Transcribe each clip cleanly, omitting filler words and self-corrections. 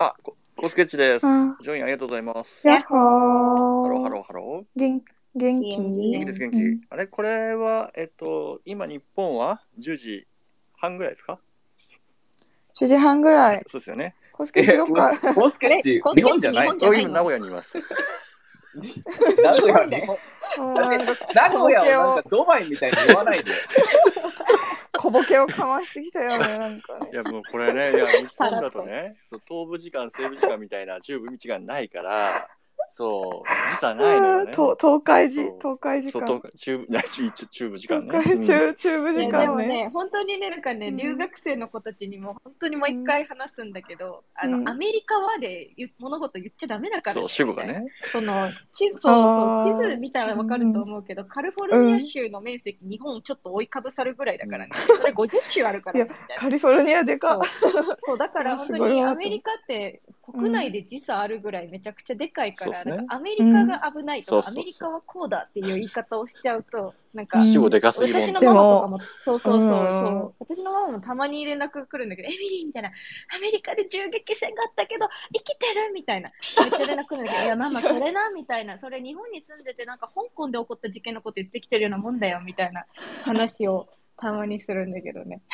コスケッチです。 あジョインありがとうございます。 やっほハローハー。 ローハロー。 元元気気です、元気。あれこれは、今日本は10時半ぐらいですか？ 10時半ぐらい。 そうですよね。 コスケッチどっかコスケッチ日本じゃない？ 今名古屋にいます。 名古屋になんか名古屋をなんかドバイみたいに言わないで。 小ボケをかましてきたよね、なんかね。 いやもうこれね、いや日本だとね、東部時間、西部時間みたいな中部時間ないから、そう、時差ないのよね。 東海時間。 中部時間ね。 中部時間ね。 でもね、本当にね、なんかね、留学生の子たちにも本当にもう一回話すんだけど、アメリカはで物事言っちゃダメだからね。 そう、主語がね。 地図見たらわかると思うけど、カリフォルニア州の面積、日本ちょっと追いかぶさるぐらいだからね。それ50州あるからね。 カリフォルニアでか。 そう、だから本当にアメリカって国内で時差あるぐらいめちゃくちゃでかいから、なんかアメリカが危ないとか、アメリカはこうだっていう言い方をしちゃうと、なんか、 私のママとかも、私のママもたまに連絡来るんだけど、エミリーみたいな、アメリカで銃撃戦があったけど、生きてるみたいな。めっちゃ連絡来るんだけど、いや、ママ、それな、みたいな。それ日本に住んでて、なんか香港で起こった事件のこと言ってきてるようなもんだよ、みたいな話をたまにするんだけどね。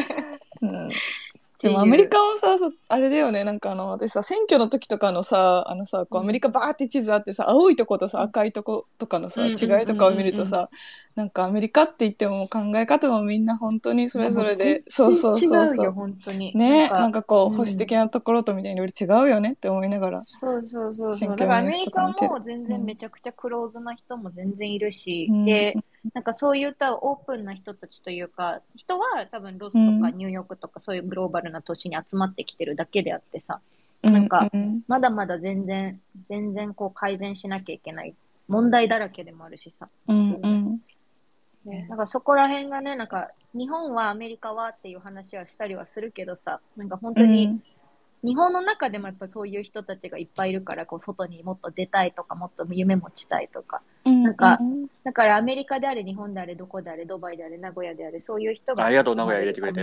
でもアメリカはさ、あれだよね、なんか私さ、選挙の時とかのさ、こうアメリカバーって地図あってさ、青いとことさ、赤いとことかのさ、違いとかを見るとさ、なんかアメリカって言っても考え方もみんな本当にそれぞれで、 そう本当にね、なんかこう保守的なところとみたいにいろいろ違うよねって思いながら、 そうだからアメリカも全然めちゃくちゃクローズな人も全然いるし、でなんかそういったオープンな人たちというか、人は多分ロスとかニューヨークとかそういうグローバルな都市に集まってきてるだけであってさ、なんかまだまだ全然こう改善しなきゃいけない問題だらけでもあるしさ。なんかそこら辺がね、なんか日本はアメリカはっていう話はしたりはするけどさ、なんか本当に日本の中でもやっぱそういう人たちがいっぱいいるから、こう外にもっと出たいとか、もっと夢持ちたいとか、なんか、だからアメリカであれ、日本であれ、どこであれ、ドバイであれ、名古屋であれ、そういう人が。 ありがとう、名古屋入れてくれて。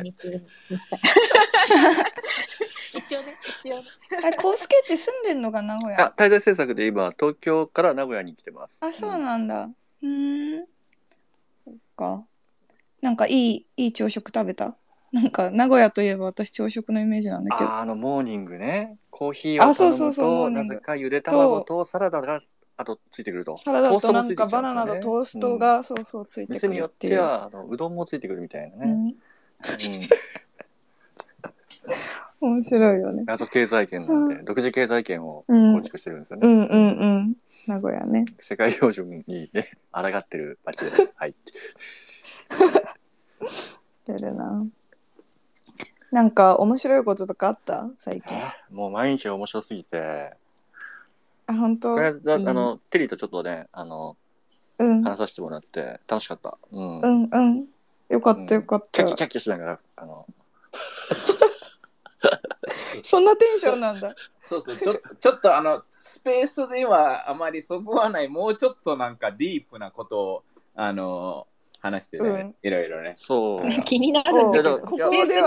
一応ね。 コウスケって住んでんのが名古屋？ 滞在政策で今、東京から名古屋に来てます。 あ、そうなんだ。そっか。なんかいい朝食食べた？なんか名古屋といえば私朝食のイメージなんだけど。 モーニングね。コーヒーを頼むと、なぜかゆで卵とサラダがあとついてくると。 サラダとなんかバナナとトーストがついてくるっていう。 店によってはうどんもついてくるみたいなね。 面白いよね。 あと経済圏なんで、独自経済圏を構築してるんですよね。 名古屋ね。 世界標準にね、抗ってる街です。はい。 出るな。なんか面白いこととかあった最近？ もう毎日面白すぎて。 本当？ これテリーとちょっとね話させてもらって楽しかった。よかった。キャッキャしながらそんなテンションなんだ。 そうちょっとスペースではあまりそぐわない、もうちょっとなんかディープなことを話してね、いろいろね。 そう気になるんだけど、 ここで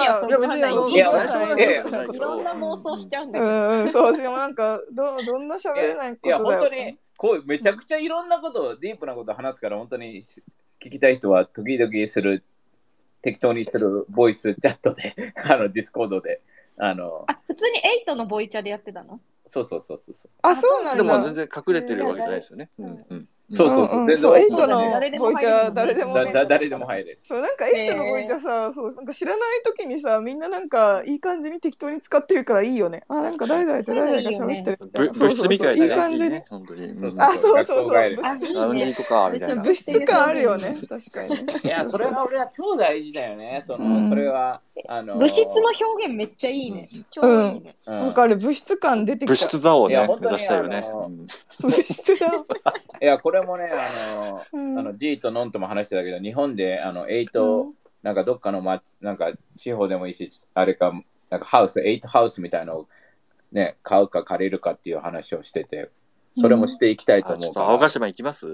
はいろんな妄想しちゃうんだけど。 そうしかもなんかどんな喋れないことだよ。 いや本当にこうめちゃくちゃいろんなことディープなこと話すから、本当に聞きたい人は時々適当にするボイスチャットでディスコードで普通に8のボイチャでやってたの？ そうあ、そうなんだ。 でも全然隠れてるわけじゃないですよね。 そう全然 8のボイチャ誰でもね、 誰でも入れる。 そうなんか8のボイチャさ、なんか知らない時にさ、みんななんかいい感じに適当に使ってるからいいよね。なんか誰々と誰々が喋ってるみたいな。 物質みたいな、 いい感じに。 本当に。 そう物質かみたいな。 物質感あるよね。確かに。 いや、それは俺は超大事だよね。それは物質の表現めっちゃいいね。超いいね。 わかる。物質感出てきた。 物質だをね目指したいよね。 物質だ。 いや、これもね、G とノンとも話してたけど、日本で8、なんかどっかのなんか地方でもいいし、あれか、なんか8ハウスみたいなのをね、買うか借りるかっていう話をしてて、それもしていきたいと思うから。 青ヶ島行きます？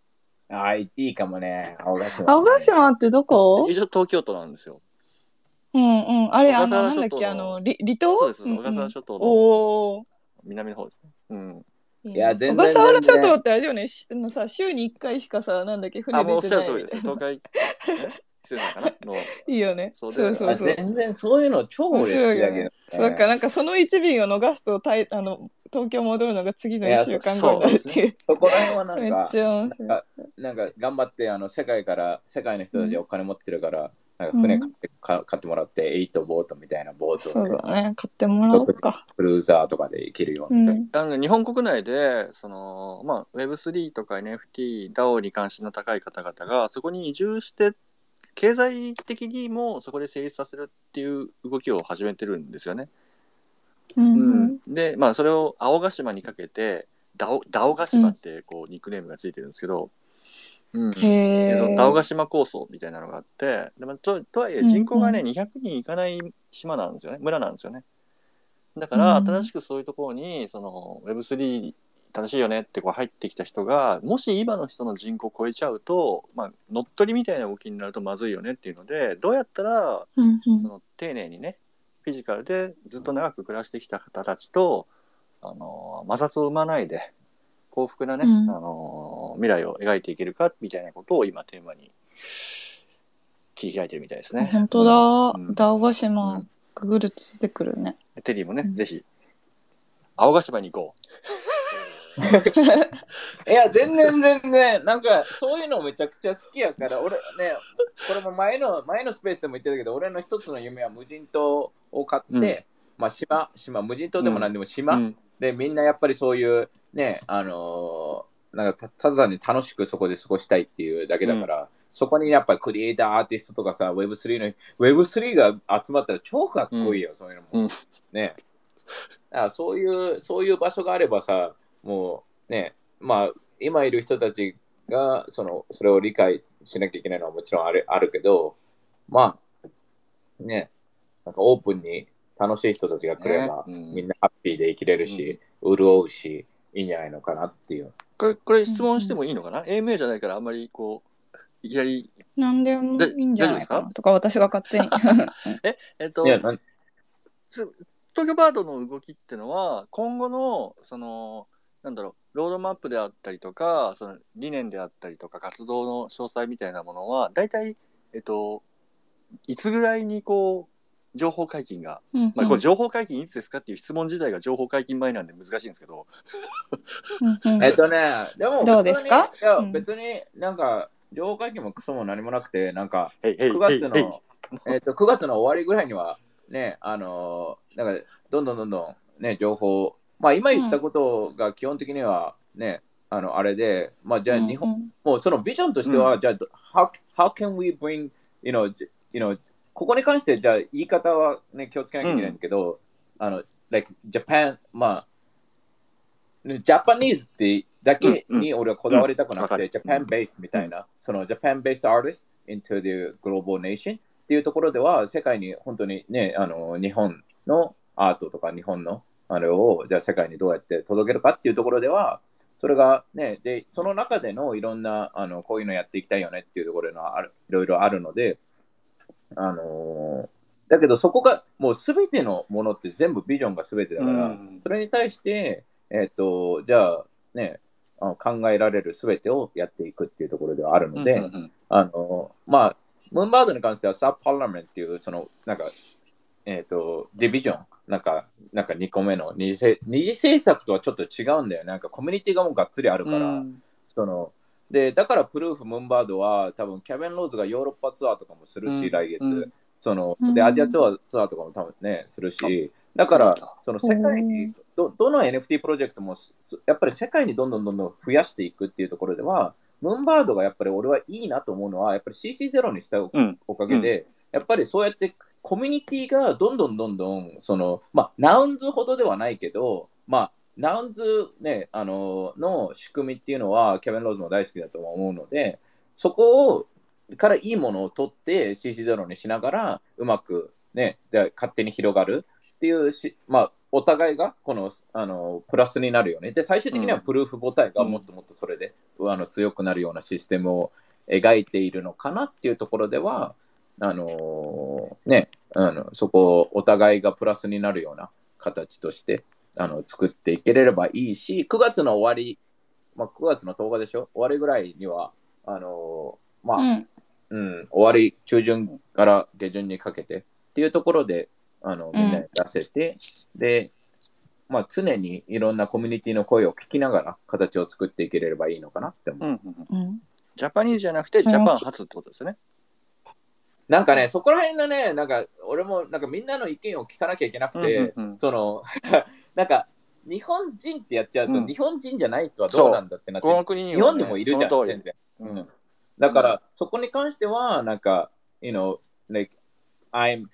いいかもね、青ヶ島。 青ヶ島ってどこ？ 一応東京都なんですよ。 あれ、なんだっけ、離島？ そうです、小笠原諸島の南の方ですね。 いや、全然。 小笠原諸島ってあれだよね、週に1回しかさ、なんだっけ、船出てないみたいな。 東海水産かなの。 いいよね。そう。 全然そういうの超嬉しいだけど。 そうか、なんかその1便を逃すと東京戻るのが次の1週間後になるっていう。 そこら辺はなんか、 めっちゃ面白い。 なんか頑張って世界の人たちお金持ってるから、なんか船買ってもらって、8ボートみたいなボート。 そうだね、買ってもらおうか。 クルーザーとかで行けるような。 日本国内で、Web3 とか NFT、DAO に関心の高い方々が、そこに移住して、経済的にもそこで成立させるっていう動きを始めてるんですよね。で、それを青ヶ島にかけて、ダオヶ島ってニックネームがついてるんですけど、ダオヶ島構想みたいなのがあって、とはいえ人口がね、200人いかない島なんですよね、村なんですよね。だから新しくそういうところにWeb3 楽しいよねって入ってきた人が、もし今の人の人口を超えちゃうと、乗っ取りみたいな動きになるとまずいよねっていうので、どうやったら丁寧にね、フィジカルでずっと長く暮らしてきた方たちと摩擦を生まないで幸福なね、未来を描いていけるかみたいなことを今テーマに切り開いてるみたいですね。 本当だ、青ヶ島ググると出てくるね。 テリーもね、ぜひ青ヶ島に行こう。 いや、全然、なんかそういうのめちゃくちゃ好きやから、俺ね、これも前のスペースでも言ってたけど、俺の一つの夢は無人島を買って、島、無人島でも何でも島、で、みんなやっぱりそういうね、なんかただに楽しくそこで過ごしたいっていうだけだから、そこにやっぱりクリエイター、アーティストとかさ、Web3 が集まったら超かっこいいよ、そういうのも。ね。だからそういう場所があればさ、もうね、今いる人たちがそれを理解しなきゃいけないのはもちろんあるけど、ね、なんかオープンに楽しい人たちが来れば、みんなハッピーで生きれるし、潤うし、いいんじゃないのかなっていう。 これ質問してもいいのかな？ AMA じゃないからあんまりいきなり。 何でもいいんじゃないかなとか、私が勝手に。 東京バードの動きってのは、今後のロードマップであったりとか、理念であったりとか、活動の詳細みたいなものは、大体、いつぐらいに情報解禁が、これ情報解禁いつですかっていう質問自体が情報解禁前なんで難しいんですけど。 でもどうですか？ いや、別になんか情報解禁もクソも何もなくて、なんか9月の終わりぐらいにはね、なんかどんどんね、情報、今言ったことが基本的にはね、あれで、じゃあ日本、もうそのビジョンとしては、じゃあ、how can we bring, you know, ここに関してじゃあ言い方はね、気をつけなきゃいけないんだけど、like Japan、ジャパニーズってだけに俺はこだわりたくなくて、Japan based みたいな、その Japan based artist into the global nation っていうところでは、世界に本当にね、日本のアートとか日本のあれをじゃあ世界にどうやって届けるかっていうところでは、それがね、で、その中でのいろんなこういうのやっていきたいよねっていうところのいろいろあるので、だけどそこがもう全てのものって全部ビジョンが全てだから、それに対してじゃあね、考えられる全てをやっていくっていうところではあるので、ムーンバードに関してはサブパーラメントっていうなんかディビジョンなんか2個目の二次政策とはちょっと違うんだよ。なんかコミュニティがもうがっつりあるから、でだからプルーフムーンバードは多分キャベン・ローズがヨーロッパツアーとかもするし、来月でアジアツアーとかも多分ねするし、だから世界にどの NFT プロジェクトもやっぱり世界にどんどん増やしていくっていうところでは、ムーンバードがやっぱり俺はいいなと思うのは、やっぱり CC0 にしたおかげで、やっぱりそうやってコミュニティがどんどんナウンズほどではないけど、ナウンズ、ね、の仕組みっていうのはキャベン・ローズも大好きだと思うので、そこからいいものを取って CC0 にしながらうまく、ね、で勝手に広がるっていうお互いがプラスになるよね。で最終的にはプルーフ母体がもっともっとそれで、強くなるようなシステムを描いているのかなっていうところではそこをお互いがプラスになるような形として作っていければいいし、9月の終わり、9月の10日でしょ、終わりぐらいには、終わり、中旬から下旬にかけてっていうところで、みんなに出せて、で、常にいろんなコミュニティの声を聞きながら形を作っていければいいのかなって思う。 ジャパニーズじゃなくてジャパン初ってことですよね。 なんかね、そこら辺のね、俺もみんなの意見を聞かなきゃいけなくて、なんか日本人ってやっちゃうと、日本人じゃない人はどうなんだってなって、 この国にはね、 日本でもいるじゃん、全然。だから、そこに関しては、like, I'm,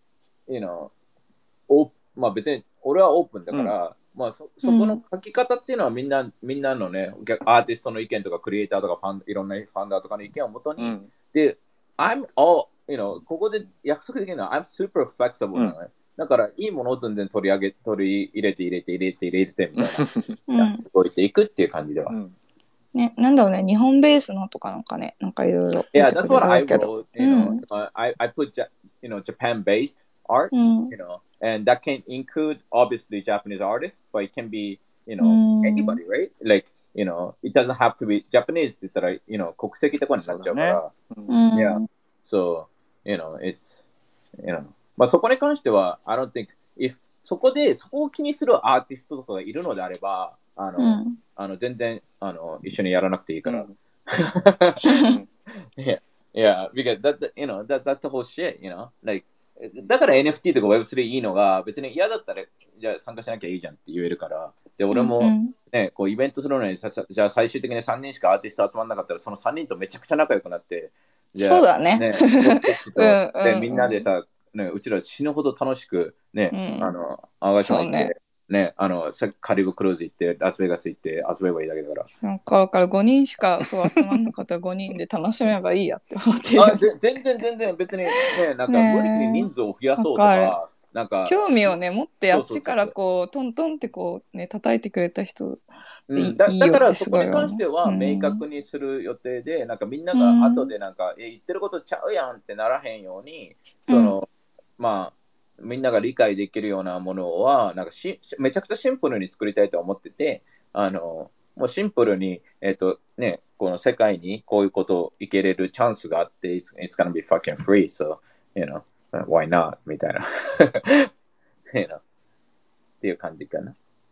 別に俺はオープンだから、そこの書き方っていうのはみんなのね、アーティストの意見とかクリエイターとかいろんなファンダーとかの意見をもとに、で、ここで約束できるのは I'm super flexible なのね。だから、いいものを全然取り入れてみたいな、動いていくっていう感じでは。 ね、なんだろうね、日本ベースのとかなんかね、なんかいろいろ。 Yeah, that's what I wrote. I put Japan-based art, and that can include obviously Japanese artists, but it can be, anybody, right? Like, it doesn't have to be Japanese って言ったら、国籍とかになっちゃうから。Yeah, so, it's, そこに関しては、I don't think, if そこを気にするアーティストとかがいるのであれば、全然一緒にやらなくていいから。Yeah, because that's the whole shit, like, だから NFT とか Web3 いいのが、別に嫌だったらじゃあ参加しなきゃいいじゃんって言えるから。で、俺もね、こうイベントするのに、じゃあ最終的に3人しかアーティスト集まんなかったら、その3人とめちゃくちゃ仲良くなって、 そうだね。 でみんなでさ、うちら死ぬほど楽しくね、アガション行って、ね、カリブクルーズ行って、ラスベガス行って遊べばいいだけだから。 なんか5人しかそう集まんなかったら5人で楽しめばいいやって思ってる。 全然別にね、なんか無理に人数を増やそうとか、なんか興味をね、持ってあっちからこう、トントンってこうね、叩いてくれた人、 だからそこに関しては明確にする予定で、なんかみんなが後でなんか、言ってることちゃうやんってならへんように、みんなが理解できるようなものはなんかめちゃくちゃシンプルに作りたいと思ってて、もうシンプルに、この世界にこういうことをいけれるチャンスがあって、it's gonna be fucking free, so, why not? みたいな。っていう感じかな。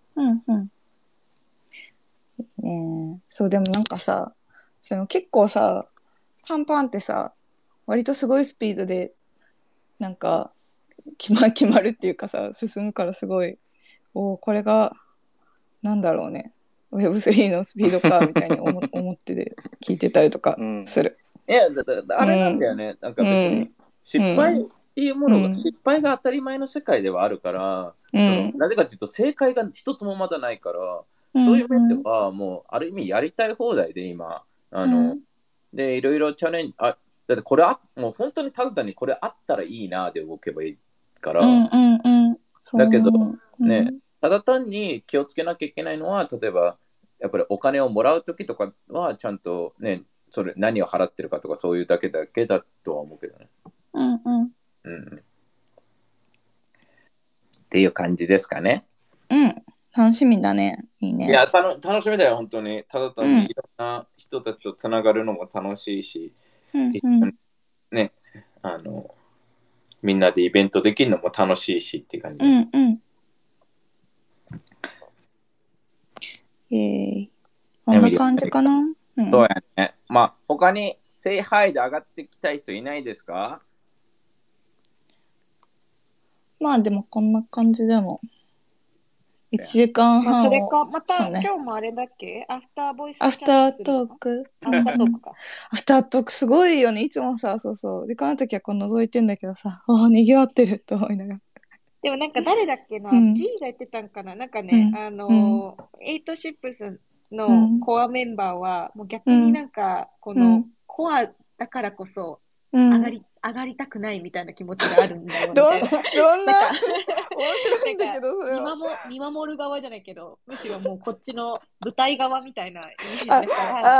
ね、そうでもなんかさ、結構さ、パンパンってさ、割とすごいスピードでなんか決まるっていうかさ、進むからすごい、これがなんだろうね、Web3 のスピードかみたいに思ってて聞いてたりとかする。 いや、あれなんだよね。なんか別に失敗っていうものが、失敗が当たり前の世界ではあるから、なぜかっていうと正解が一つもまだないから、そういう面ではもうある意味やりたい放題で今、でいろいろチャレンジ、だってこれもう本当にただ単にこれあったらいいなで動けばいいから、だけどね、ただ単に気をつけなきゃいけないのは、例えばやっぱりお金をもらうときとかはちゃんとね、それ何を払ってるかとかそういうだけだとは思うけどね。っていう感じですかね。 楽しみだね。いいね。 いや、楽しみだよ、本当に。ただ単にいろんな人たちとつながるのも楽しいし、ね、みんなでイベントできるのも楽しいしっていう感じ。 こんな感じかな。 そうやね。他にSay Hiで上がってきたい人いないですか？ でもこんな感じでも1時間半を、 それかまた今日もあれだっけ、アフターボイスアフタートークアフタートークか。 アフタートークすごいよね。いつもさ、そうでこの時はこう覗いてんだけどさ、にぎわってると思いながら。 でもなんか誰だっけな、G が言ってたんかな、なんかね、エイトシップスのコアメンバーはもう逆になんかこのコアだからこそ上上がりたくないみたいな気持ちがあるんだよみどたいな。 んな面白いんだけど、それは。 見守る側じゃないけど、むしろもうこっちの舞台側みたいなイメージだから。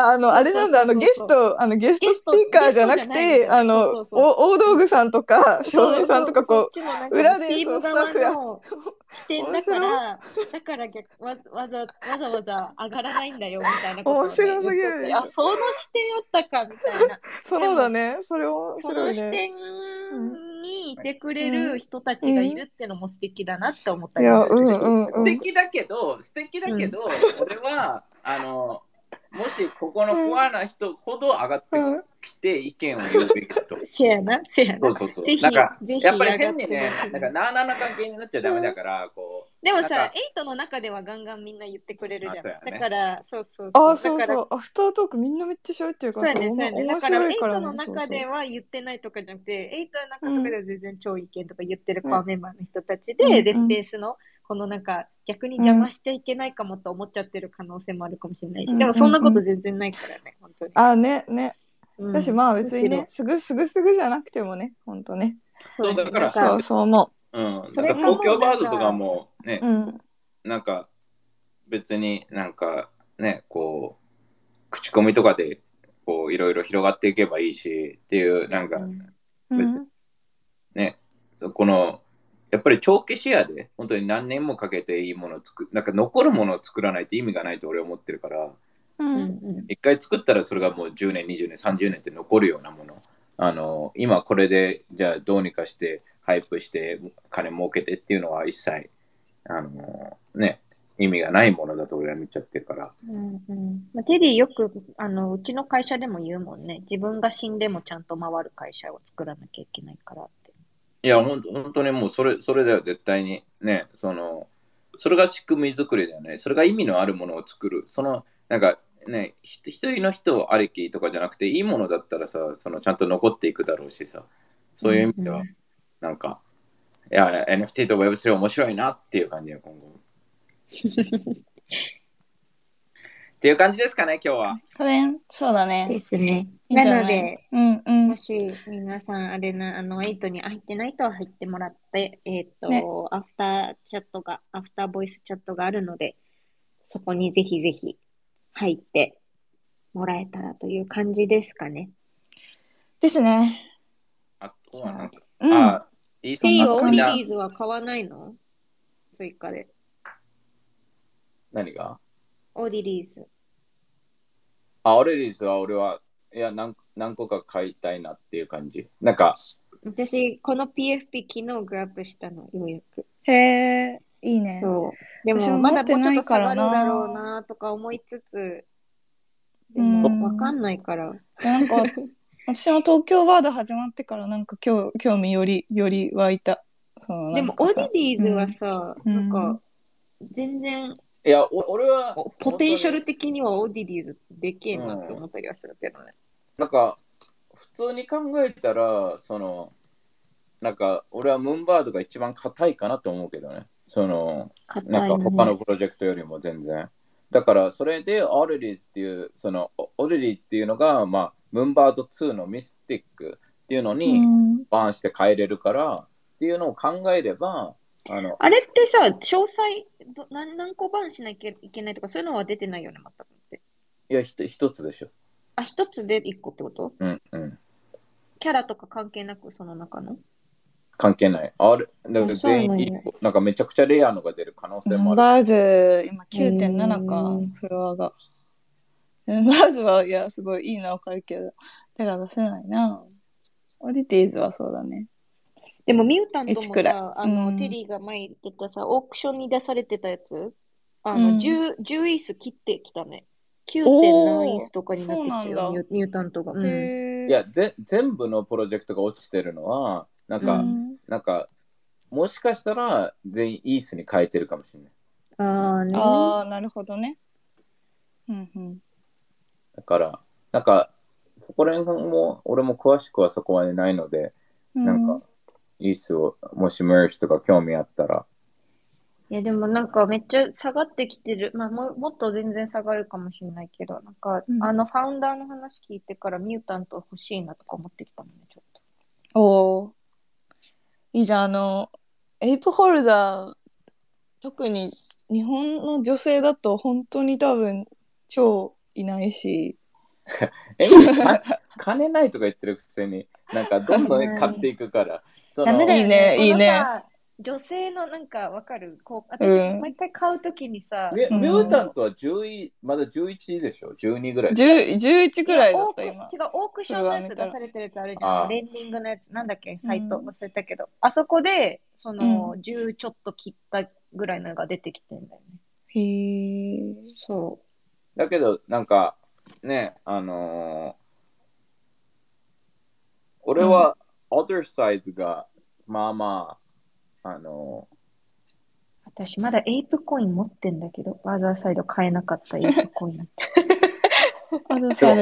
あれなんだ、ゲストスピーカーじゃなくて、大道具さんとか、照明さんとか、こう、裏でスタッフや。視点だから、わざわざ上がらないんだよみたいなことを、ね、 面白すぎるです。 その視点あったかみたいな。 そうだね。それ面白いね。 その視点にいてくれる人たちがいるってのも素敵だなって思ったりする。 素敵だけど、俺は、もしここのコアな人ほど上がってきて意見を言うべきだと。 せやな。 そう。なんか、やっぱり変にね、なんかなあなあな関係になっちゃダメだから、こう。 でもさ、8の中ではガンガンみんな言ってくれるじゃん。だから、そう。 そう。アフタートークみんなめっちゃ喋ってるから、面白いからね。 8の中では言ってないとかじゃなくて、8の中とかでは全然超意見とか言ってるコアメンバーの人たちで、スペースのこのなんか逆に邪魔しちゃいけないかもと思っちゃってる可能性もあるかもしれないし、でもそんなこと全然ないからね、本当に。 ね。私まあ別にね、すぐじゃなくてもね、本当ね。 そうだから、 そう思う。東京バードとかもね、なんか別になんかね、こう、口コミとかでこういろいろ広がっていけばいいしっていう、なんか別にね、この、やっぱり長期シェアで本当に何年もかけていいものをなんか残るものを作らないと意味がないと俺は思ってるから、一回作ったらそれがもう10年、20年、30年って残るようなもの。今これでじゃあどうにかしてハイプして金儲けてっていうのは一切、ね、意味がないものだと俺は見ちゃってるから。 テリーよくうちの会社でも言うもんね。自分が死んでもちゃんと回る会社を作らなきゃいけないからって。 いや、本当にもうそれでは絶対にね、それが仕組み作りだよね。それが意味のあるものを作る。なんかね、一人の人ありきとかじゃなくて、いいものだったらさ、ちゃんと残っていくだろうしさ、そういう意味では、なんか、いや、NFT と Web3 面白いなっていう感じよ、今後。っていう感じですかね、今日は。 そうだね。 ですね。なので、もし皆さん、8に入ってない人は入ってもらって、アフターボイスチャットがあるので、そこにぜひぜひ入ってもらえたらという感じですかね。 ですね。 あとはなんか、 ティーはオーディーズは買わないの？追加で。 何が？ オーディリーズ。 オーディリーズは俺は、いや、何個か買いたいなっていう感じ。なんか、 私、この PFP 昨日グラップしたの、ようやく。 へえ、いいね。 そう。でも、まだもうちょっと下がるだろうなとか思いつつ、でも、わかんないから。 なんか、私も東京ワード始まってからなんか興味より湧いた。 でも、オーディリーズはさ、なんか、全然、 いや、俺は、 ポテンシャル的にはオーディリーズでけえなって思ったりはするけどね。 なんか、普通に考えたら、なんか、俺はムーンバードが一番硬いかなと思うけどね。なんか他のプロジェクトよりも全然。だから、それで、オーディリーズっていう、オーディリーズっていうのが、まあ、ムーンバード2のミスティックっていうのにバーンして変えれるからっていうのを考えれば、 あれってさ、詳細何個バーンしなきゃいけないとかそういうのは出てないよね、全くって。 いや、一つでしょ。 一つで一個ってこと？キャラとか関係なくその中の？ 関係ない。だから全員一個、なんかめちゃくちゃレアのが出る可能性もある。 バーズ、今 9.7 か、フロアが。バーズは、いや、すごいいいのわかるけど、手が出せないな。オディティーズはそうだね。 でもミュータントもさ、テリーが前言ってたさ、オークションに出されてたやつ、10イース切ってきたね。9.7 イースとかになってきたよ、ミュータントが。 いや、全部のプロジェクトが落ちてるのは、なんか、もしかしたら全員イースに変えてるかもしれない。 なるほどね。 だから、なんか、そこら辺も、俺も詳しくはそこまでないので、なんか、イースを、もしメージとか興味あったら。 いや、でもなんかめっちゃ下がってきてる。まあ、もっと全然下がるかもしれないけど、なんか、ファウンダーの話聞いてからミュータント欲しいなとか思ってきたもんね、ちょっと。 おー、いいじゃん。エイプホルダー、特に日本の女性だと本当に多分超いないし。 金ないとか言ってるくせに、なんかどんどん買っていくから。 ダメだよね。 いいね。 女性のなんかわかる。私、毎回買うときにさ。 ミュータントはまだ11でしょ ?12 ぐらい。 11ぐらいだった今。 違う、オークションのやつ出されてるやつあるじゃん。レンディングのやつ。なんだっけサイト忘れたけど。あそこで、10ちょっと切ったぐらいのが出てきてんだよね。 へえ。 そう。 だけど、なんか、ね、俺は、other side が、まあまあ、 私まだエイプコイン持ってんだけど、アザーサイド買えなかったエイプコイン。 アザーサイド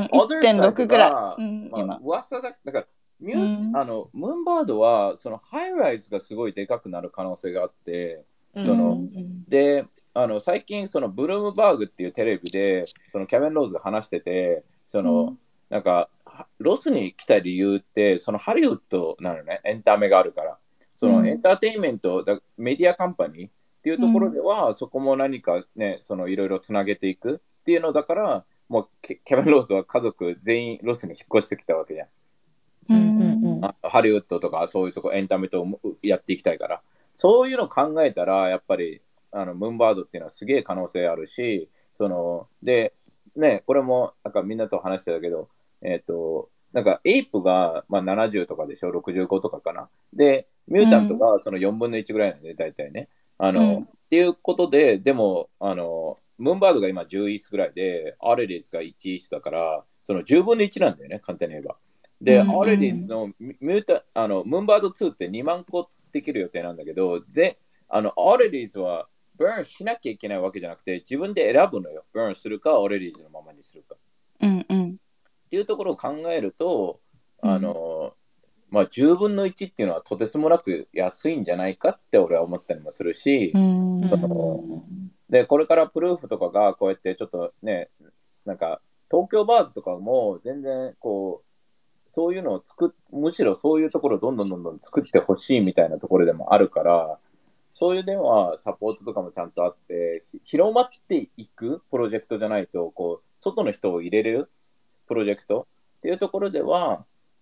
1.6 ぐらい。 今。噂だから、ムーンバードは、ハイライズがすごいでかくなる可能性があって、で、最近、ブルームバーグっていうテレビで、キャメン・ローズが話してて、なんか、ロスに来た理由って、ハリウッドなのね、エンタメがあるから。エンターテインメント、メディアカンパニーっていうところでは、そこも何かね、いろいろつなげていくっていうのだから、もうキャメン・ローズは家族全員ロスに引っ越してきたわけじゃん。ハリウッドとかそういうとこエンタメとやっていきたいから。そういうのを考えたら、やっぱりムーンバードっていうのはすげえ可能性あるし、で、ね、これもなんかみんなと話してたけど、なんかエイプが、まあ、70とかでしょ、65とかかな。で、ミュータントがその4分の1ぐらいなんで、大体ね。っていうことで、でも、ムーンバードが今10イースぐらいで、アレリーズが1イースだから、その10分の1なんだよね、簡単に言えば。で、アレリーズのムーンバード2って2万個できる予定なんだけど、アレリーズはブーンしなきゃいけないわけじゃなくて、自分で選ぶのよ。ブーンするか、アレリーズのままにするか。っていうところを考えると、まあ、10分の1っていうのはとてつもなく安いんじゃないかって俺は思ったりもするし、で、これからプルーフとかがこうやってちょっとね、なんか東京バーズとかも全然こう、そういうのをむしろそういうところをどんどん作ってほしいみたいなところでもあるから、そういう点はサポートとかもちゃんとあって、広まっていくプロジェクトじゃないと、こう、外の人を入れるプロジェクトっていうところでは、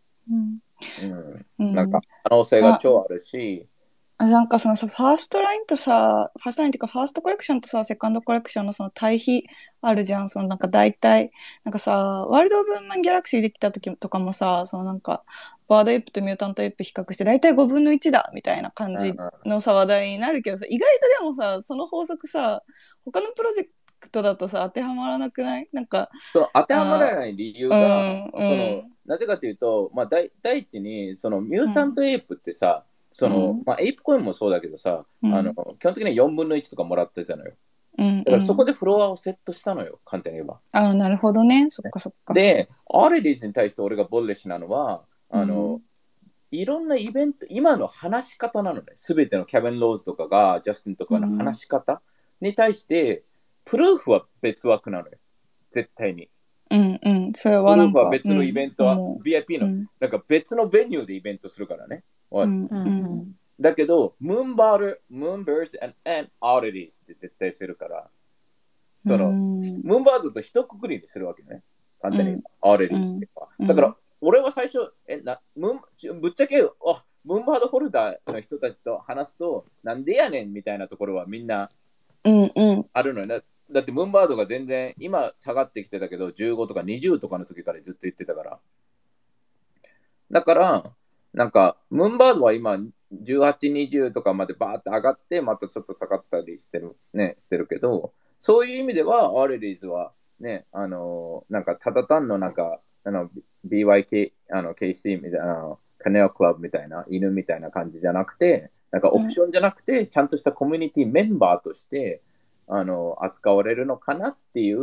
なんか可能性が超あるし、 なんかファーストラインとさ、ファーストラインっていうかファーストコレクションとさ、セカンドコレクションのその対比あるじゃん。なんか大体、なんかさ、ワールド・オブ・ギャラクシーできた時とかもさ、なんか、バードエイプとミュータントエイプ比較して大体5分の1だみたいな感じのさ、話題になるけどさ、意外とでもさ、その法則さ、他のプロジェクトだとさ、当てはまらなくない？なんか、 当てはまらない理由が、なぜかというと、まあ、第一に、ミュータントエイプってさ、まあ、エイプコインもそうだけどさ、基本的には4分の1とかもらってたのよ。だからそこでフロアをセットしたのよ、簡単に言えば。 なるほどね。そっかそっか。 で、アレリーズに対して俺がボルレッシュなのは、いろんなイベント、今の話し方なのね。すべてのキャベン・ローズとかが、ジャスティンとかの話し方に対して、プルーフは別枠なのよ。絶対に。 それはなんか。 プルーフは別のイベントは、VIP の、なんか別のベニューでイベントするからね。だけど、ムーンバーズ and oddities って絶対するから、ムーンバーズと一括りにするわけね。簡単に、oddities ってか。だから、俺は最初、ぶっちゃけ、ムーンバードホルダーの人たちと話すと、なんでやねんみたいなところはみんなあるのよ。だってムーンバードが全然、今下がってきてたけど、15とか20とかの時からずっと言ってたから。だから、なんか、ムーンバードは今、18、20とかまでバーって上がって、またちょっと下がったりしてるけど、そういう意味では、アーレリーズは、ね、なんか、ただ単のなんか、BYK、KC みたいな、カネオクラブみたいな、犬みたいな感じじゃなくて、なんかオプションじゃなくて、ちゃんとしたコミュニティメンバーとして、扱われるのかなっていう、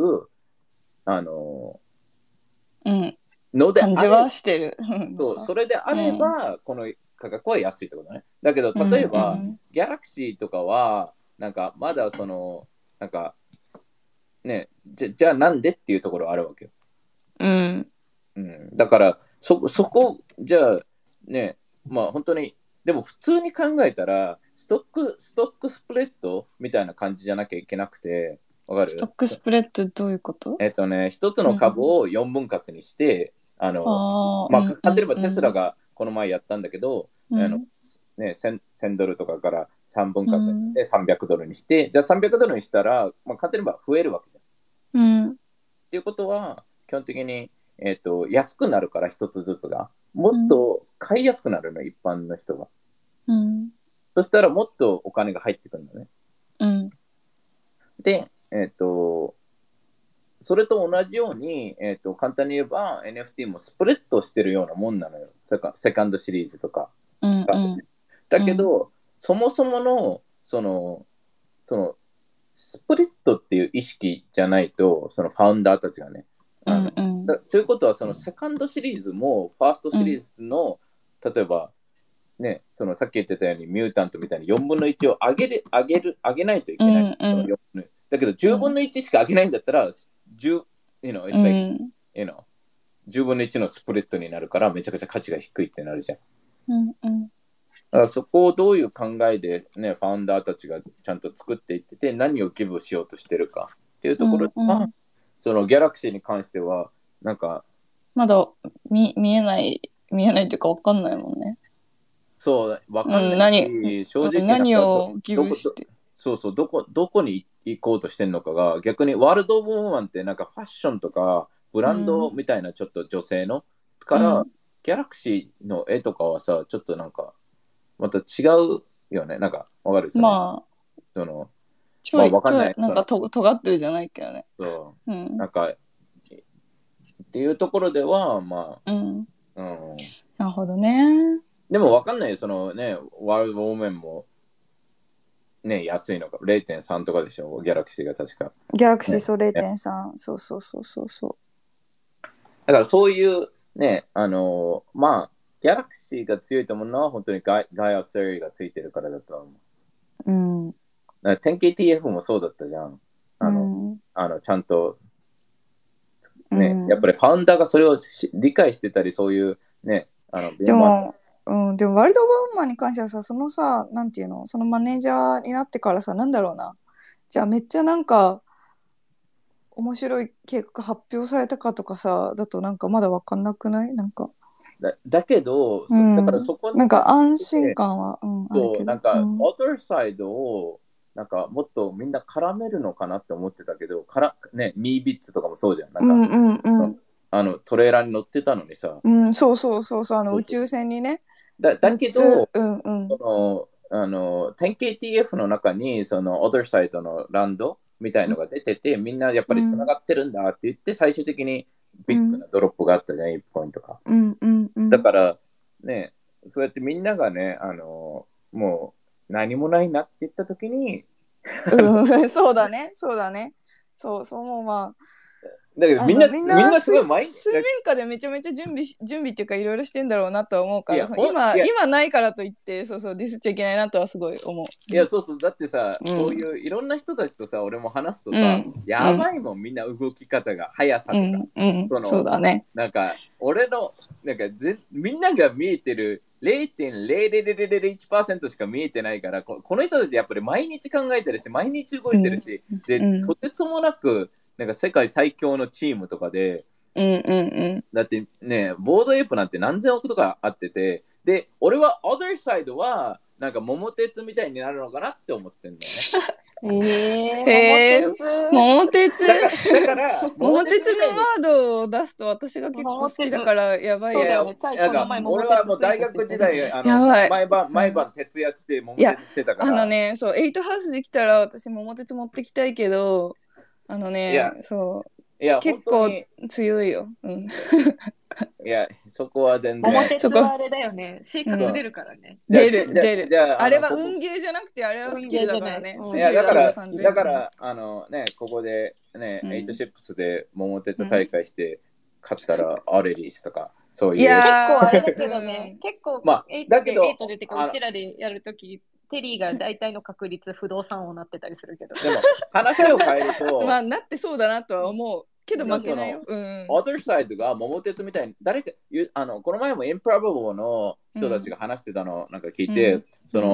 ので感じはしてる。 そう、それであれば、この価格は安いってことね。だけど、例えば、ギャラクシーとかは、なんか、まだなんか、ね、じゃあなんでっていうところあるわけよ。だから、そこ、じゃあ、 ね、まあ本当に、でも普通に考えたら、ストックスプレッドみたいな感じじゃなきゃいけなくて、わかる？ ストックスプレッドどういうこと？ 一つの株を4分割にして、まあ、例えばテスラがこの前やったんだけど、1000ドルとかから3分割にして300ドルにして、じゃあ300ドルにしたら、まあ、簡単に言えば増えるわけじゃん。っていうことは、基本的に、安くなるから一つずつが。もっと買いやすくなるの、一般の人が。そしたらもっとお金が入ってくるのね。で、それと同じように、簡単に言えば NFT もスプレッドしてるようなもんなのよ。セカンドシリーズとか。だけど、そもそもの、その、スプレッドっていう意識じゃないと、そのファウンダーたちがね。ということは、そのセカンドシリーズも、ファーストシリーズの、例えば、ね、そのさっき言ってたように、ミュータントみたいに4分の1を上げないといけない。だけど、10分の1しか上げないんだったら、10分の1のスプレッドになるから、めちゃくちゃ価値が低いってなるじゃん。だからそこをどういう考えで、ね、ファウンダーたちがちゃんと作っていってて、何をギブしようとしてるかっていうところが、そのギャラクシーに関しては、なんか、 まだ見えないというか分かんないもんね。 そう、分かんないし、正直何をギブして。 どこに行こうとしてんのかが、逆にワールド・オブ・ウーマンってなんかファッションとか、ブランドみたいなちょっと女性の、から、ギャラクシーの絵とかはさ、ちょっとなんか、また違うよね。なんか、わかる？ まあ、ちょい、なんか尖ってるじゃないけどね。 そう。なんか、っていうところでは、まあ、 なるほどね。 でもわかんないよ。そのね、ワールドウォーメンも、ね、安いのか。0.3 とかでしょ。ギャラクシーが確か。 ギャラクシー、そう、0.3。そう。 だからそういう、ね、まあ、ギャラクシーが強いと思うのは本当にガイア・セリーがついてるからだと思う。10KTF もそうだったじゃん。ちゃんと、ね、やっぱりファウンダーがそれを理解してたり、そういうね、 でもワールド・オブ・ウーマンに関してはさ、そのさ、なんていうの、そのマネージャーになってからさ、なんだろうな。じゃあめっちゃなんか、面白い計画発表されたかとかさ、だとなんかまだわかんなくない？なんか。 だけど、だからそこになんか安心感は、あるけど。 なんか、オーダーサイドを、なんかもっとみんな絡めるのかなって思ってたけど、ね、ミービッツとかもそうじゃん。なんか、トレーラーに乗ってたのにさ。 そう、宇宙船にね。 だけど、10KTF の中に、その、オーダーサイドのランドみたいのが出てて、みんなやっぱり繋がってるんだって言って、最終的にビッグなドロップがあったじゃん、1ポイントか。だから、ね、そうやってみんながね、もう何もないなって言ったときに、 そうだね。そうまあ。 だけどみんなすごい水面下でめちゃめちゃ準備っていうかいろいろしてんだろうなとは思うから、今ないからといってディスっちゃいけないなとはすごい思う。 いや、そうだってさ、そういういろんな人たちとさ、俺も話すとさ、やばいもん、みんな動き方が、速さとか。 そうだね。 なんか、俺の、なんかみんなが見えてる 0.0001% しか見えてないから、この人たちやっぱり毎日考えてるし、毎日動いてるし、で、とてつもなく、なんか世界最強のチームとかで、だってね、ボードエイプなんて何千億とかあってて、で、俺は other side はなんか桃鉄みたいになるのかなって思ってんだよね。桃鉄だから桃鉄のワードを出すと私が結構好きだからやばいや。 俺はもう大学時代毎晩徹夜して桃鉄してたから。 そう、エイトハウスできたら私桃鉄持ってきたいけど、そう。結構強いよ。 いや、そこは全然。 桃鉄はあれだよね。性格出るからね。 出る。あれは運ゲーじゃなくて、あれはスキルだからね。 いや、だからね、ここでね、エイトシップスで桃鉄大会して勝ったらアレリースとか、そういう。 結構あれだけどね、結構、エイトでってか、うちらでやるとき、テリーが大体の確率不動産王になってたりするけど。 でも話を変えるとまあなってそうだなとは思う。 けど負けないよ。 other side が桃鉄みたいに、誰かこの前も Improbable の人たちが話してたのなんか聞いて、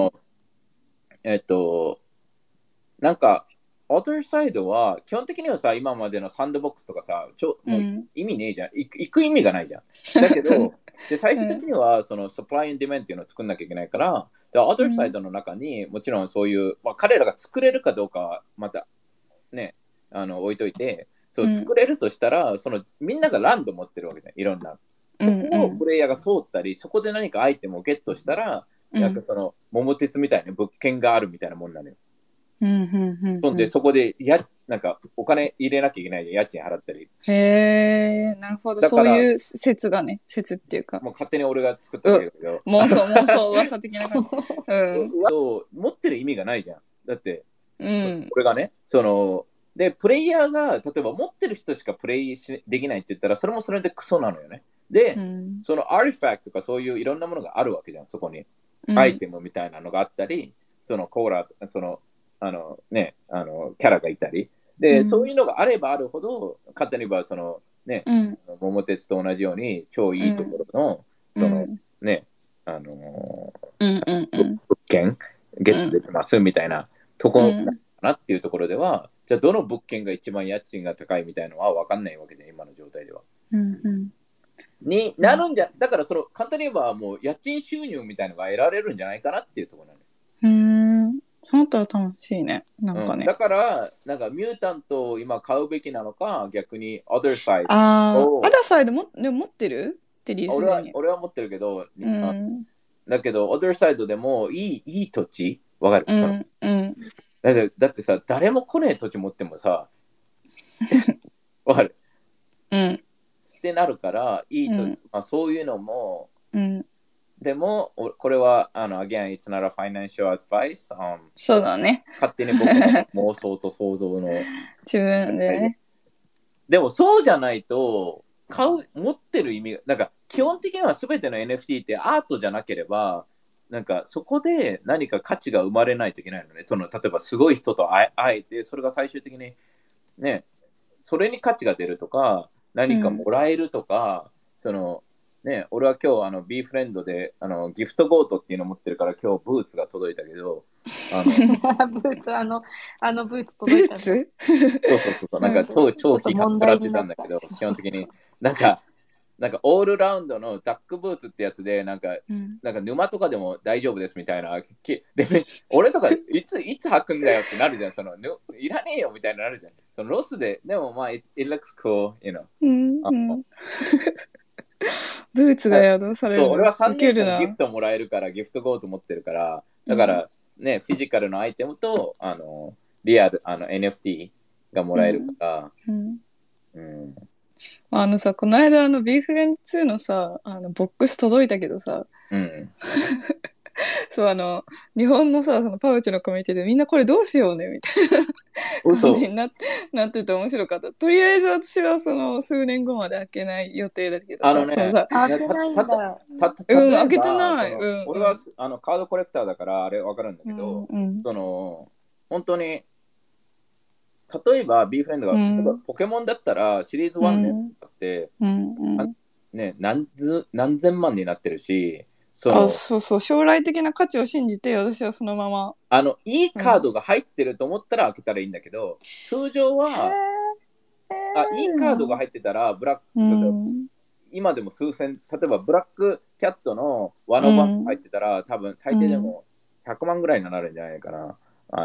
なんか、other side は基本的にはさ、今までのサンドボックスとかさ、もう意味ねえじゃん。行く意味がないじゃん。だけど、で最終的にはその supply and demand っていうのを作んなきゃいけないから、other side の中にもちろんそういう、まあ、彼らが作れるかどうかはまたね、置いといて、そう作れるとしたら、そのみんながランド持ってるわけじゃん、いろんな。そこをプレイヤーが通ったり、そこで何かアイテムをゲットしたら、なんかその桃鉄みたいな物件があるみたいなもんなのよ。でそこでなんかお金入れなきゃいけないで家賃払ったり。 へえ、なるほど。そういう説がね、説っていうか。 もう勝手に俺が作ったわけだけど。 妄想、噂的な感じ。 持ってる意味がないじゃん。だって、俺がね、で、プレイヤーが、例えば持ってる人しかプレイできないって言ったら、それもそれでクソなのよね。で、そのアーティファクトとかそういういろんなものがあるわけじゃん、そこに。アイテムみたいなのがあったり、そのコーラ、キャラがいたり。で、そういうのがあればあるほど、簡単に言えば、桃鉄と同じように、超いいところの、物件、ゲットできますみたいなところかなっていうところでは、じゃあどの物件が一番家賃が高いみたいなのは分かんないわけじゃん、今の状態では。になるんじゃ、だから簡単に言えばもう家賃収入みたいなのが得られるんじゃないかなっていうところなんで。 そうなったら楽しいね。なんかね。 だから、なんかミュータントを今買うべきなのか、逆に other side を。other side 持ってるってリースで俺は持ってるけど、だけど other side でもいい土地わかる、だってさ、誰も来ねえ土地持ってもさ、わかる、ってなるから、いいと、そういうのも、でも、これは、again, it's not a financial advice. そうだね。 勝手に僕の妄想と想像の。 自分でね。 でも、そうじゃないと、持ってる意味が、なんか、基本的には全ての NFT ってアートじゃなければ、なんか、そこで何か価値が生まれないといけないのね。例えば、すごい人と会えて、それが最終的に、ね、それに価値が出るとか、何かもらえるとか、俺は今日ビーフレンドでギフトゴートっていうのを持ってるから今日ブーツが届いたけどブーツブーツ届いたそうなんか超批判食らってたんだけど基本的になんかオールラウンドのダックブーツってやつでなんか沼とかでも大丈夫ですみたいなで俺とかいつ履くんだよってなるじゃんいらねえよみたいになるじゃんロスでもまあ it looks cool you know ブーツが宿される。 俺は3年間ギフトもらえるからギフトゴート持ってるからだからね、フィジカルのアイテムとリアルNFT がもらえるから、 さこの間ビーフレンズ2のさボックス届いたけどさ、そう日本のさそのパウチのコミュニティでみんなこれどうしようねみたいな感じになってて面白かった。とりあえず私は数年後まで開けない予定だけど開けないんだ。 開けてない。 俺はカードコレクターだからあれ分かるんだけど、本当に例えば B フレンドが、例えばポケモンだったらシリーズ1のやつだって、何千万になってるしそう将来的な価値を信じて私はそのままいいカードが入ってると思ったら開けたらいいんだけど、通常はいいカードが入ってたらブラック、今でも数千、例えばブラックキャットのワノバン入ってたら、多分最低でも100万ぐらいになるんじゃないかな。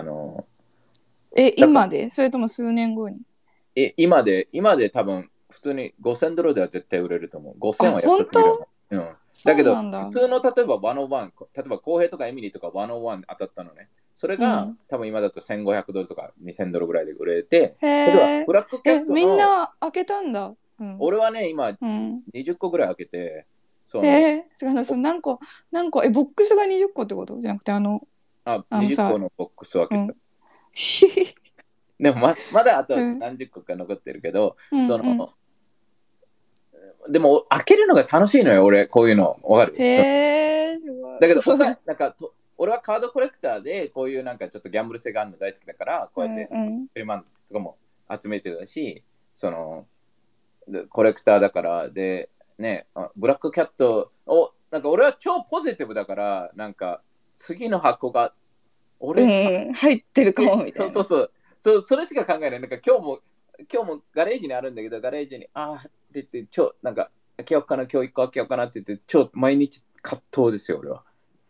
今でそれとも数年後に今で多分普通に5000ドルでは絶対売れると思う。5000は安すぎる。だけど普通の例えば101、例えば浩平とかエミリーとか101当たったのね。それが、多分今だと1500ドルとか2000ドルぐらいで売れて、例えばブラックキャットのみんな開けたんだ。 俺はね今20個ぐらい開けて、 何個ボックスが20個ってことじゃなくて 20個のボックスを開けた。でもまだあと何十個か残ってるけど、でも開けるのが楽しいのよ俺こういうのわかる？だけどなんか俺はカードコレクターでこういうなんかちょっとギャンブル性があるの大好きだからこうやってフリマンとかも集めてたしコレクターだから、で、ね、ブラックキャットを、なんか俺は超ポジティブだから、なんか次の箱が、 俺、入ってるかもみたいな。 それしか考えない。なんか今日もガレージにあるんだけど、ガレージに、って言って、なんか、開けようかな、今日1個開けようかなって言って、毎日葛藤ですよ、俺は。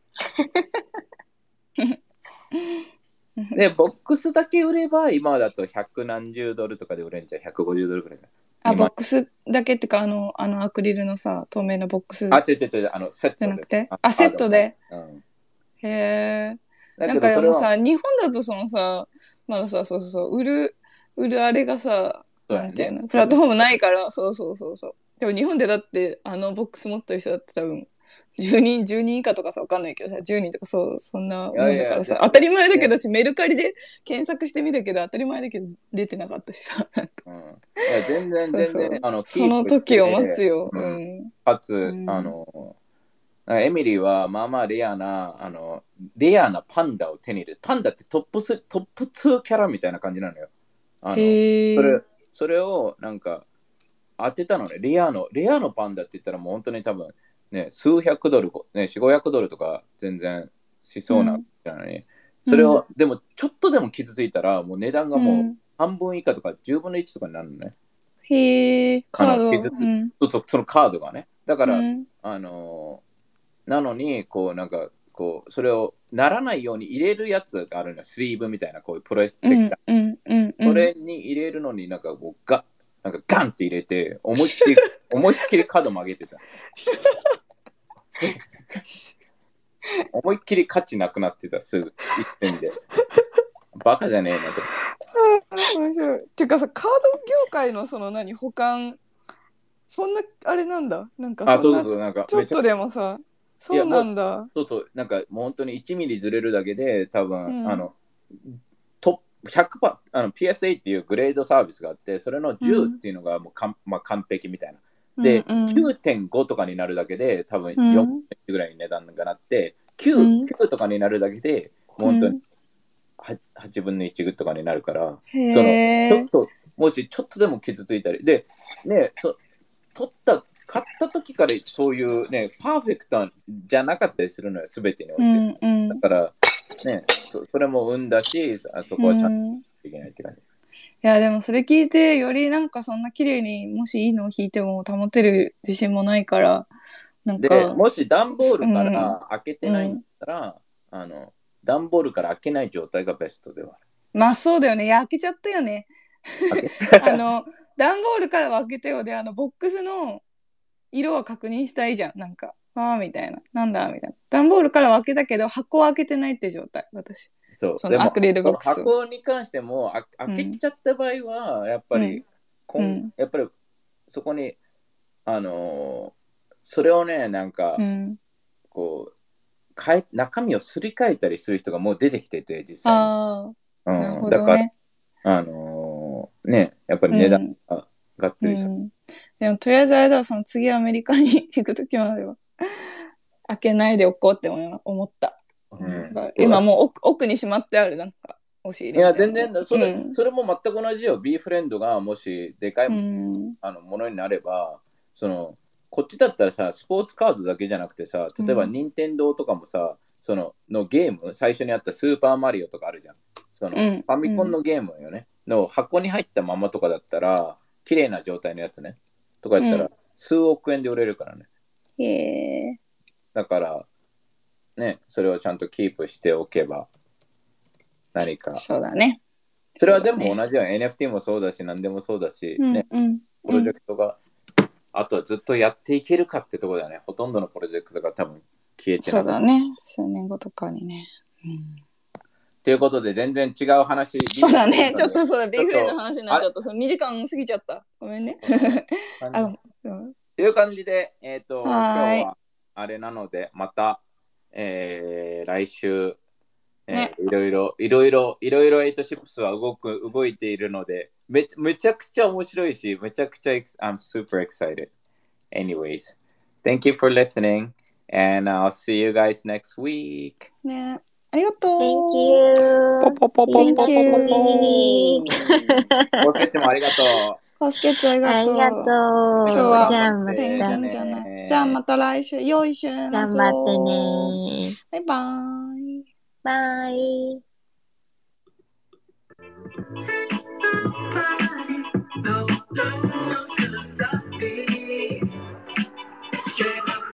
で、ボックスだけ売れば、今だと100何十ドルとかで売れんじゃん、150ドルくらい。 ボックスだけってか、アクリルのさ、透明のボックス。 違う、セットじゃなくて、セットで。へえ。なんかでもさ、日本だとそのさ、まださ、売るあれがさ、なんていうの、プラットフォームないから、そう。でも日本でだって、ボックス持ってる人だって多分、10人以下とかさ、わかんないけどさ、10人とかそんなもんだからさ、当たり前だけど、メルカリで検索してみたけど、当たり前だけど、出てなかったしさ。 全然、 その時を待つよ。 かつ、エミリーはまあまあレアなパンダを手に入れる。パンダってトップ2キャラみたいな感じなのよ。それをなんか当てたのね。レアのパンダって言ったらもう本当に多分ね、数百ドル、ね、4、500ドルとか全然しそうなのに、それを、でもちょっとでも傷ついたらもう値段がもう半分以下とか10分の1とかになるのね。 へー、カード。そのカードがね。だから、なのに、なんか、それをならないように入れるやつがあるのよ。スリーブみたいな、こういうプロテクター。それに入れるのになんかガンって入れて、思いっきり角曲げてた。思いっきり価値なくなってた、すぐ、一点で。バカじゃねえなと。面白い。っていうかさ、カード業界の保管、そんな、あれなんだ。なんかそんな、 なんかちょっとでもさ、そうなんだ。 なんかもう本当に1ミリずれるだけで、多分、トップ100%、PSA っていうグレードサービスがあって、それの10っていうのがもう完璧みたいな。で、9.5 とかになるだけで、多分4分ぐらいに値段がなって、9とかになるだけで、もう本当に8分の1とかになるから、もしちょっとでも傷ついたり、で、ね、買った時からそういうね、パーフェクトじゃなかったりするのよ、すべてにおいて。だから、ね、それも運だし、そこはちゃんといけないって感じ。 いや、でもそれ聞いて、よりなんかそんな綺麗にもしいいのを引いても保てる自信もないから、なんか。 で、もし段ボールから開けてないんだったら、段ボールから開けない状態がベストではある。 まあそうだよね。いや、開けちゃったよね。段ボールからは開けてよ。で、ボックスの色は確認したいじゃん。なんか、みたいな。なんだみたいな。段ボールからは開けたけど、箱は開けてないって状態、私。そのアクリルボックス。 箱に関しても、開けちゃった場合は、やっぱり、やっぱり、そこに、それをね、なんか、中身をすり替えたりする人がもう出てきてて、実際に。 なるほどね。 だから、ね、やっぱり値段ががっつりする。 でもとりあえずあれだ、その次アメリカに行くときまでは開けないでおこうって思った。今もう奥にしまってある、なんか押し入れ。 いや、全然それも全く同じよ。B フレンドがもしでかいものになれば、こっちだったらさ、スポーツカードだけじゃなくてさ、例えば任天堂とかもさ、のゲーム、最初にあったスーパーマリオとかあるじゃん。ファミコンのゲームよね。の箱に入ったままとかだったら、綺麗な状態のやつね。とか言ったら、数億円で売れるからね。 へー。 だから、ね、それをちゃんとキープしておけば、何か。 そうだね。 それはでも同じよ。NFT もそうだし、何でもそうだし、ね、プロジェクトが、あとはずっとやっていけるかってところだよね。ほとんどのプロジェクトが多分消えてない。 そうだね。数年後とかにね。 ということで、全然違う話。 そうだね。ちょっとそうだ、ビーフレンドの話になっちゃった。2時間過ぎちゃった。ごめんね。 という感じで、今日はあれなので、また、来週、いろいろ8シップスは動いているので、めちゃくちゃ面白いし、めちゃくちゃI'm super excited. Anyways, thank you for listening, and I'll see you guys next week. ね、ありがとう。 Thank you. ポポポポポポポポ。 コスケッチもありがとう。 バスケットありがとう。 ありがとう。 今日はじゃあまた。 ペンギンじゃない。じゃあまた来週。良い週末を。 頑張ってね。 バイバーイ。 バイ。